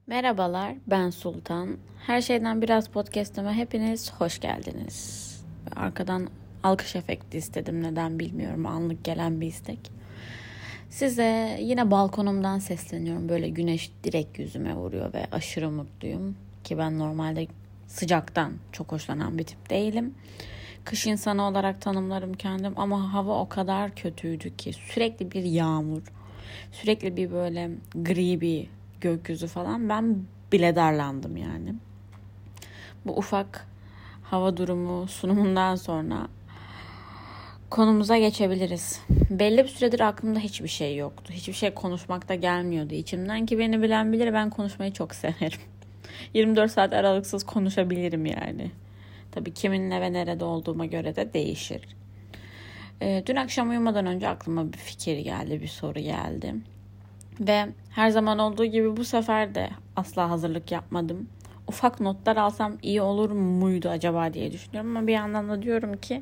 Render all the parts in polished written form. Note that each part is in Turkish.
Merhabalar, ben Sultan. Her şeyden biraz podcast'ıma hepiniz hoş geldiniz. Arkadan alkış efekti istedim, neden bilmiyorum. Anlık gelen bir istek. Size yine balkonumdan sesleniyorum. Böyle güneş direkt yüzüme vuruyor ve aşırı mutluyum. Ki ben normalde sıcaktan çok hoşlanan bir tip değilim. Kış insanı olarak tanımlarım kendim ama hava o kadar kötüydü ki sürekli bir yağmur, sürekli bir böyle gri bir gökyüzü falan. Ben bile darlandım yani. Bu ufak hava durumu sunumundan sonra konumuza geçebiliriz. Belli bir süredir aklımda hiçbir şey yoktu. Hiçbir şey konuşmakta gelmiyordu içimden ki beni bilen bilir, ben konuşmayı çok severim. 24 saat aralıksız konuşabilirim yani. Tabii kiminle ve nerede olduğuma göre de değişir. Dün akşam uyumadan önce aklıma bir fikir geldi, bir soru geldi. Ve her zaman olduğu gibi bu sefer de asla hazırlık yapmadım. Ufak notlar alsam iyi olur muydu acaba diye düşünüyorum. Ama bir yandan da diyorum ki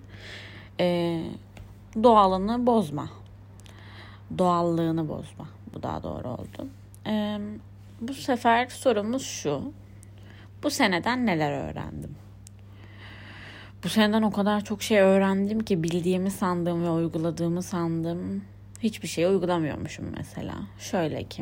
doğalını bozma. Doğallığını bozma. Bu daha doğru oldu. Bu sefer sorumuz şu. Bu seneden neler öğrendim? Bu seneden o kadar çok şey öğrendim ki bildiğimi sandığım ve uyguladığımı sandım. Hiçbir şeyi uygulamıyormuşum mesela. Şöyle ki.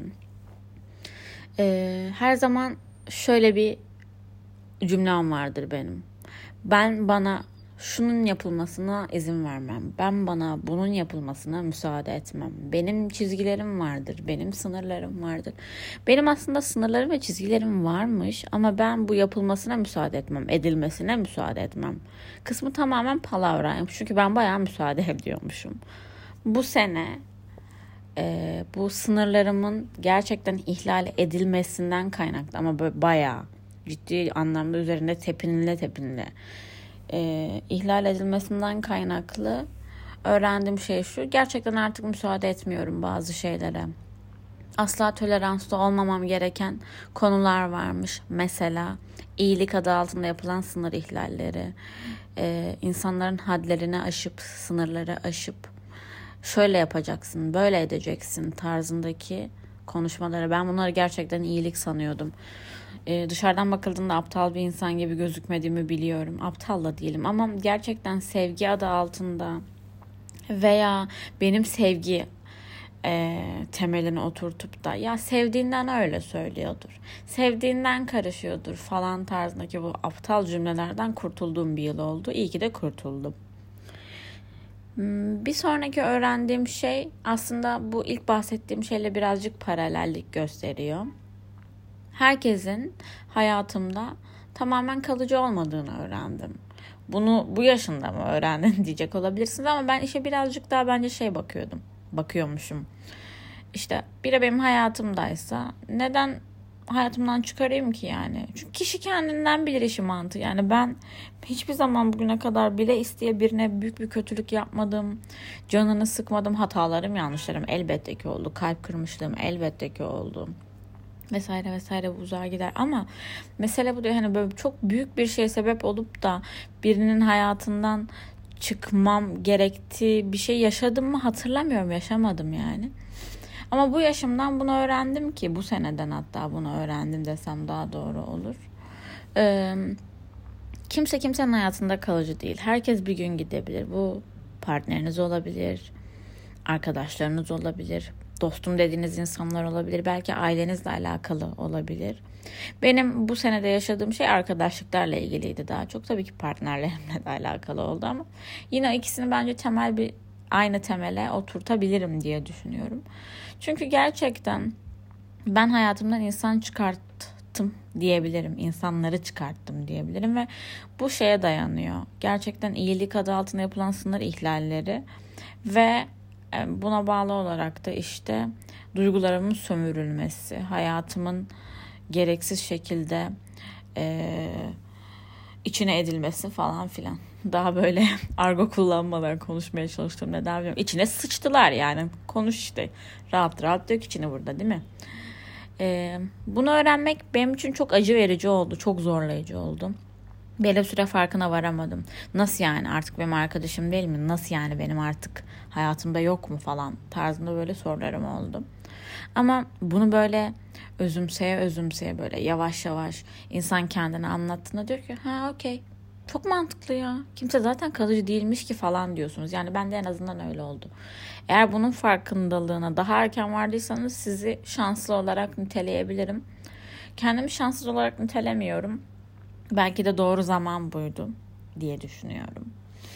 Her zaman şöyle bir cümlem vardır benim. Ben bana şunun yapılmasına izin vermem. Ben bana bunun yapılmasına müsaade etmem. Benim çizgilerim vardır. Benim sınırlarım vardır. Benim aslında sınırlarım ve çizgilerim varmış ama ben bu yapılmasına müsaade etmem. Edilmesine müsaade etmem. Kısmı tamamen palavrayım. Çünkü ben bayağı müsaade ediyormuşum. Bu sene bu sınırlarımın gerçekten ihlal edilmesinden kaynaklı ama böyle bayağı ciddi anlamda üzerinde tepinile ihlal edilmesinden kaynaklı öğrendiğim şey şu: gerçekten artık müsaade etmiyorum bazı şeylere. Asla toleranslı olmamam gereken konular varmış. Mesela iyilik adı altında yapılan sınır ihlalleri, insanların hadlerini aşıp, sınırları aşıp şöyle yapacaksın, böyle edeceksin tarzındaki konuşmaları. Ben bunları gerçekten iyilik sanıyordum. Dışarıdan bakıldığında aptal bir insan gibi gözükmediğimi biliyorum. Aptal da değilim ama gerçekten sevgi adı altında veya benim sevgi temelini oturtup da ya sevdiğinden öyle söylüyordur, sevdiğinden karışıyordur falan tarzındaki bu aptal cümlelerden kurtulduğum bir yıl oldu. İyi ki de kurtuldum. Bir sonraki öğrendiğim şey aslında bu ilk bahsettiğim şeyle birazcık paralellik gösteriyor. Herkesin hayatımda tamamen kalıcı olmadığını öğrendim. Bunu bu yaşında mı öğrendin diyecek olabilirsiniz ama ben işe birazcık daha bence bakıyormuşum. İşte biri benim hayatımdaysa neden hayatımdan çıkarayım ki yani? Çünkü kişi kendinden bilir işi mantığı. Yani ben hiçbir zaman bugüne kadar bile isteye birine büyük bir kötülük yapmadım. Canını sıkmadım. Hatalarım, yanlışlarım elbette ki oldu. Kalp kırmışlığım elbette ki oldu. Vesaire vesaire, uzağa gider ama mesele bu değil. Hani böyle çok büyük bir şeye sebep olup da birinin hayatından çıkmam gerektiği bir şey yaşadım mı hatırlamıyorum, yaşamadım yani. Ama bu yaşımdan bunu öğrendim ki, bu seneden hatta bunu öğrendim desem daha doğru olur. Kimse kimsenin hayatında kalıcı değil. Herkes bir gün gidebilir. Bu partneriniz olabilir, arkadaşlarınız olabilir, dostum dediğiniz insanlar olabilir, belki ailenizle alakalı olabilir. Benim bu senede yaşadığım şey arkadaşlıklarla ilgiliydi daha çok. Tabii ki partnerlerimle de alakalı oldu ama yine ikisini bence aynı temele oturtabilirim diye düşünüyorum. Çünkü gerçekten ben hayatımdan insan çıkarttım diyebilirim. İnsanları çıkarttım diyebilirim ve bu şeye dayanıyor. Gerçekten iyilik adı altında yapılan sınır ihlalleri ve buna bağlı olarak da işte duygularımın sömürülmesi, hayatımın gereksiz şekilde içine edilmesi falan filan. Daha böyle argo kullanmadan konuşmaya çalıştım. Neden bilmiyorum. İçine sıçtılar yani. Konuş işte. Rahat rahat dök içini burada, değil mi? Bunu öğrenmek benim için çok acı verici oldu. Çok zorlayıcı oldu. Belli bir süre farkına varamadım. Nasıl yani artık benim arkadaşım değil mi? Nasıl yani benim artık hayatımda yok mu falan tarzında böyle sorularım oldu. Ama bunu böyle özümseye böyle yavaş yavaş insan kendine anlattığında diyor ki ha okey, çok mantıklı ya. Kimse zaten kalıcı değilmiş ki falan diyorsunuz. Yani ben de en azından öyle oldu. Eğer bunun farkındalığına daha erken vardıysanız sizi şanslı olarak niteleyebilirim. Kendimi şanssız olarak nitelemiyorum. Belki de doğru zaman buydu diye düşünüyorum.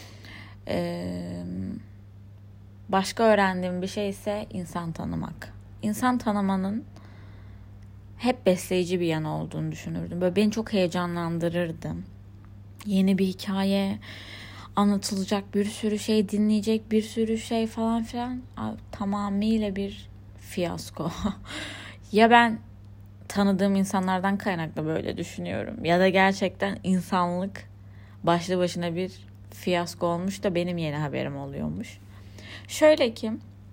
Başka öğrendiğim bir şey ise insan tanımak. İnsan tanımanın hep besleyici bir yanı olduğunu düşünürdüm. Böyle beni çok heyecanlandırırdı. Yeni bir hikaye, anlatılacak bir sürü şey, dinleyecek bir sürü şey falan filan. Tamamıyla bir fiyasko. Ya ben tanıdığım insanlardan kaynaklı böyle düşünüyorum. Ya da gerçekten insanlık başlı başına bir fiyasko olmuş da benim yeni haberim oluyormuş. Şöyle ki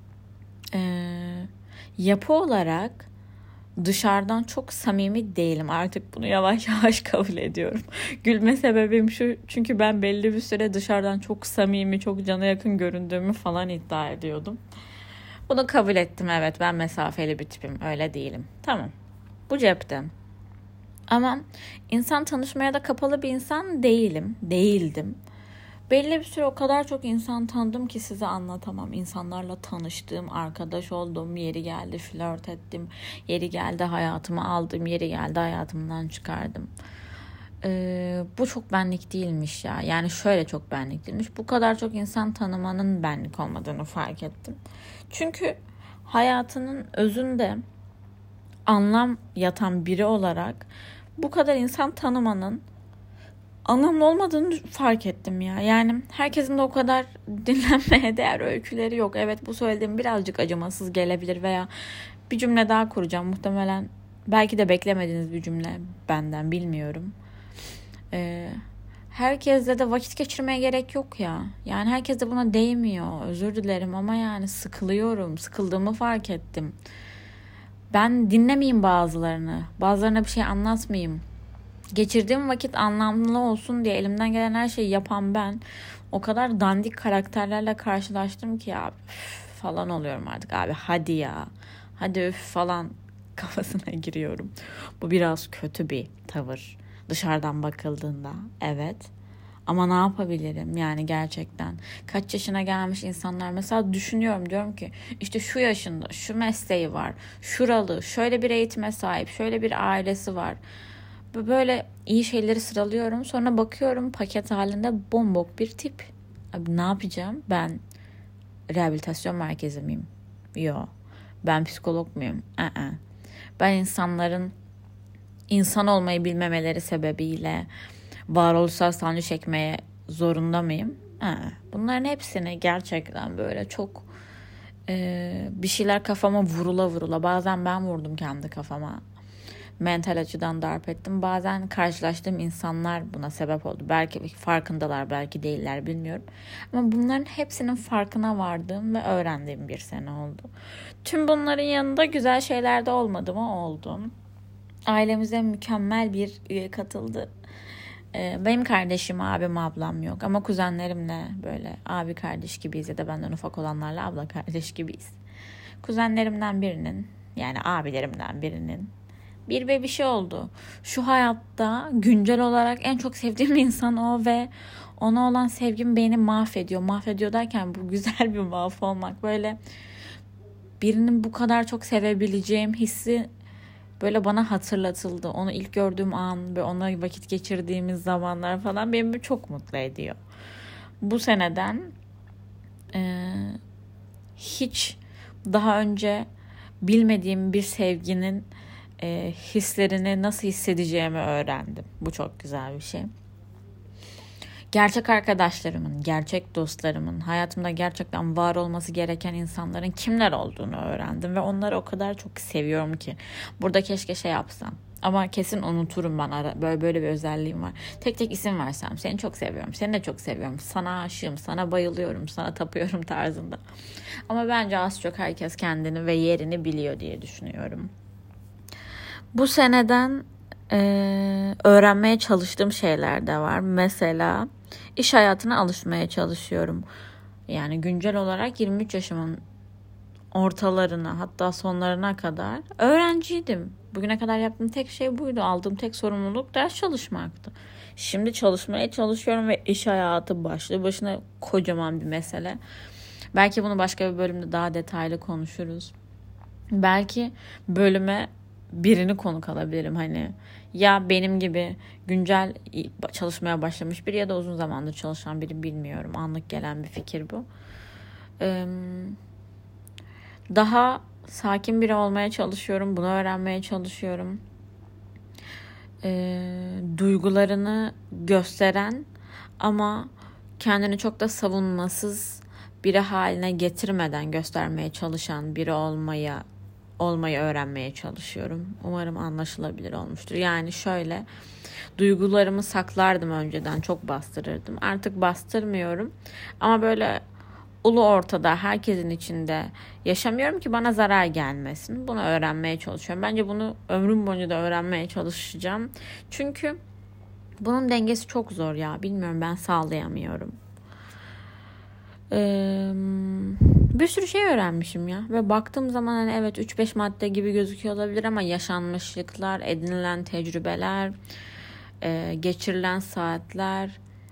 yapı olarak dışarıdan çok samimi değilim. Artık bunu yavaş yavaş kabul ediyorum. Gülme sebebim şu: çünkü ben belli bir süre dışarıdan çok samimi, çok cana yakın göründüğümü falan iddia ediyordum. Bunu kabul ettim, evet, ben mesafeli bir tipim, öyle değilim. Tamam, bu cepte. Ama insan tanışmaya da kapalı bir insan değildim. Belli bir süre o kadar çok insan tanıdım ki size anlatamam. İnsanlarla tanıştım, arkadaş oldum, yeri geldi flört ettim, yeri geldi hayatımı aldım, yeri geldi hayatımdan çıkardım. Bu çok benlik değilmiş ya. Yani şöyle çok benlik değilmiş. Bu kadar çok insan tanımanın benlik olmadığını fark ettim. Çünkü hayatının özünde anlam yatan biri olarak bu kadar insan tanımanın anlamlı olmadığını fark ettim ya. Yani herkesin de o kadar dinlenmeye değer öyküleri yok. Evet, bu söylediğim birazcık acımasız gelebilir veya bir cümle daha kuracağım. Muhtemelen belki de beklemediğiniz bir cümle benden, bilmiyorum. Herkesle de vakit geçirmeye gerek yok ya. Yani herkes de buna değmiyor. Özür dilerim ama yani sıkılıyorum. Sıkıldığımı fark ettim. Ben dinlemeyeyim bazılarını. Bazılarına bir şey anlatmayayım. Geçirdiğim vakit anlamlı olsun diye elimden gelen her şeyi yapan ben o kadar dandik karakterlerle karşılaştım ki ya falan oluyorum artık, abi hadi ya, hadi üf falan kafasına giriyorum. Bu biraz kötü bir tavır dışarıdan bakıldığında, evet, ama ne yapabilirim yani? Gerçekten kaç yaşına gelmiş insanlar mesela, düşünüyorum, diyorum ki işte şu yaşında, şu mesleği var, şuralı, şöyle bir eğitime sahip, şöyle bir ailesi var. Böyle iyi şeyleri sıralıyorum. Sonra bakıyorum paket halinde bombok bir tip. Abi ne yapacağım? Ben rehabilitasyon merkezi miyim? Yok. Ben psikolog muyum? Ben insanların insan olmayı bilmemeleri sebebiyle varoluşsal sancı çekmeye zorunda mıyım? Bunların hepsini gerçekten böyle çok bir şeyler kafama vurula, bazen ben vurdum kendi kafama. Mental açıdan darp ettim. Bazen karşılaştığım insanlar buna sebep oldu. Belki farkındalar, belki değiller, bilmiyorum. Ama bunların hepsinin farkına vardığım ve öğrendiğim bir sene oldu. Tüm bunların yanında güzel şeyler de olmadı mı? Oldu. Ailemize mükemmel bir üye katıldı. Benim kardeşim, abim, ablam yok. Ama kuzenlerimle böyle abi kardeş gibiyiz ya da benden ufak olanlarla abla kardeş gibiyiz. Kuzenlerimden birinin, yani abilerimden birinin bir bebişi oldu. Şu hayatta güncel olarak en çok sevdiğim insan o ve ona olan sevgim beni mahvediyor. Mahvediyor derken bu güzel bir mahvolmak. Böyle birinin bu kadar çok sevebileceğim hissi böyle bana hatırlatıldı. Onu ilk gördüğüm an ve ona vakit geçirdiğimiz zamanlar falan beni çok mutlu ediyor. Bu seneden hiç daha önce bilmediğim bir sevginin hislerini nasıl hissedeceğimi öğrendim. Bu çok güzel bir şey. Gerçek arkadaşlarımın, gerçek dostlarımın, hayatımda gerçekten var olması gereken insanların kimler olduğunu öğrendim ve onları o kadar çok seviyorum ki. Burada keşke şey yapsam. Ama kesin unuturum ben. Böyle bir özelliğim var. Tek tek isim versem. Seni çok seviyorum. Seni de çok seviyorum. Sana aşığım. Sana bayılıyorum. Sana tapıyorum tarzında. Ama bence az çok herkes kendini ve yerini biliyor diye düşünüyorum. Bu seneden öğrenmeye çalıştığım şeyler de var. Mesela iş hayatına alışmaya çalışıyorum. Yani güncel olarak 23 yaşımın ortalarına, hatta sonlarına kadar öğrenciydim. Bugüne kadar yaptığım tek şey buydu. Aldığım tek sorumluluk ders çalışmaktı. Şimdi çalışmaya çalışıyorum ve iş hayatı başlı başına kocaman bir mesele. Belki bunu başka bir bölümde daha detaylı konuşuruz. Belki bölüme birini konuk alabilirim. Hani ya benim gibi güncel çalışmaya başlamış biri ya da uzun zamandır çalışan biri, bilmiyorum. Anlık gelen bir fikir bu. Daha sakin biri olmaya çalışıyorum. Bunu öğrenmeye çalışıyorum. Duygularını gösteren ama kendini çok da savunmasız biri haline getirmeden göstermeye çalışan biri olmayı öğrenmeye çalışıyorum. Umarım anlaşılabilir olmuştur. Yani şöyle, duygularımı saklardım önceden, çok bastırırdım. Artık bastırmıyorum. Ama böyle ulu ortada, herkesin içinde yaşamıyorum ki bana zarar gelmesin. Bunu öğrenmeye çalışıyorum. Bence bunu ömrüm boyunca da öğrenmeye çalışacağım. Çünkü bunun dengesi çok zor ya. Bilmiyorum, ben sağlayamıyorum. Bir sürü şey öğrenmişim ya. Ve baktığım zaman hani evet 3-5 madde gibi gözüküyor olabilir ama yaşanmışlıklar, edinilen tecrübeler, geçirilen saatler,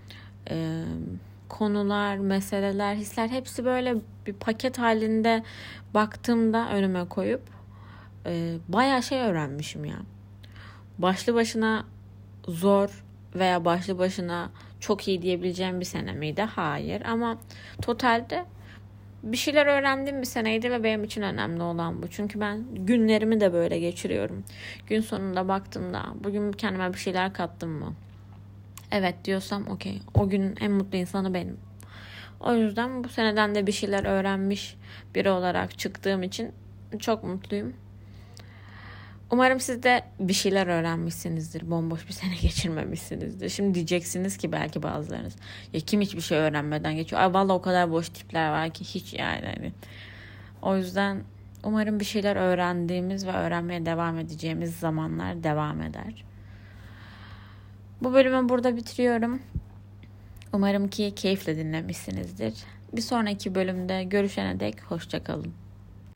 konular, meseleler, hisler, hepsi böyle bir paket halinde baktığımda önüme koyup bayağı şey öğrenmişim ya. Başlı başına zor veya başlı başına çok iyi diyebileceğim bir sene miydi? Hayır. Ama totalde bir şeyler öğrendiğim bir seneydi ve benim için önemli olan bu. Çünkü ben günlerimi de böyle geçiriyorum. Gün sonunda baktığımda bugün kendime bir şeyler kattım mı? Evet diyorsam okey. O günün en mutlu insanı benim. O yüzden bu seneden de bir şeyler öğrenmiş biri olarak çıktığım için çok mutluyum. Umarım siz de bir şeyler öğrenmişsinizdir. Bomboş bir sene geçirmemişsinizdir. Şimdi diyeceksiniz ki belki bazılarınız, ya kim hiçbir şey öğrenmeden geçiyor? Ay vallahi o kadar boş tipler var ki hiç yani. O yüzden umarım bir şeyler öğrendiğimiz ve öğrenmeye devam edeceğimiz zamanlar devam eder. Bu bölümü burada bitiriyorum. Umarım ki keyifle dinlemişsinizdir. Bir sonraki bölümde görüşene dek hoşça kalın.